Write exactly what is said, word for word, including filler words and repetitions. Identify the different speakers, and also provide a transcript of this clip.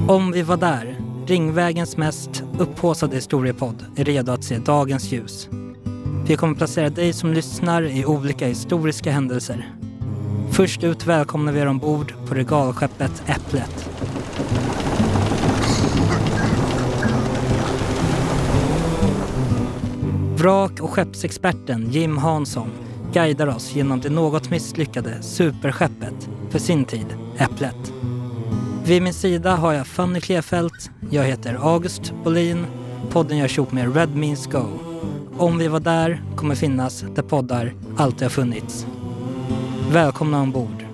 Speaker 1: Om vi var där, Ringvägens mest upphaussade historiepodd är redo att se dagens ljus. Vi kommer placera dig som lyssnar i olika historiska händelser. Först ut välkomnar vi er ombord på regalskeppet Äpplet. Vrak- och skeppsexperten Jim Hansson guidar oss genom det något misslyckade superskeppet för sin tid, Äpplet. Vid min sida har jag Fanny Klefelt, jag heter August Bolin, podden görs ihop med Red Means Go. Om vi var där kommer finnas där poddar alltid har funnits. Välkomna ombord.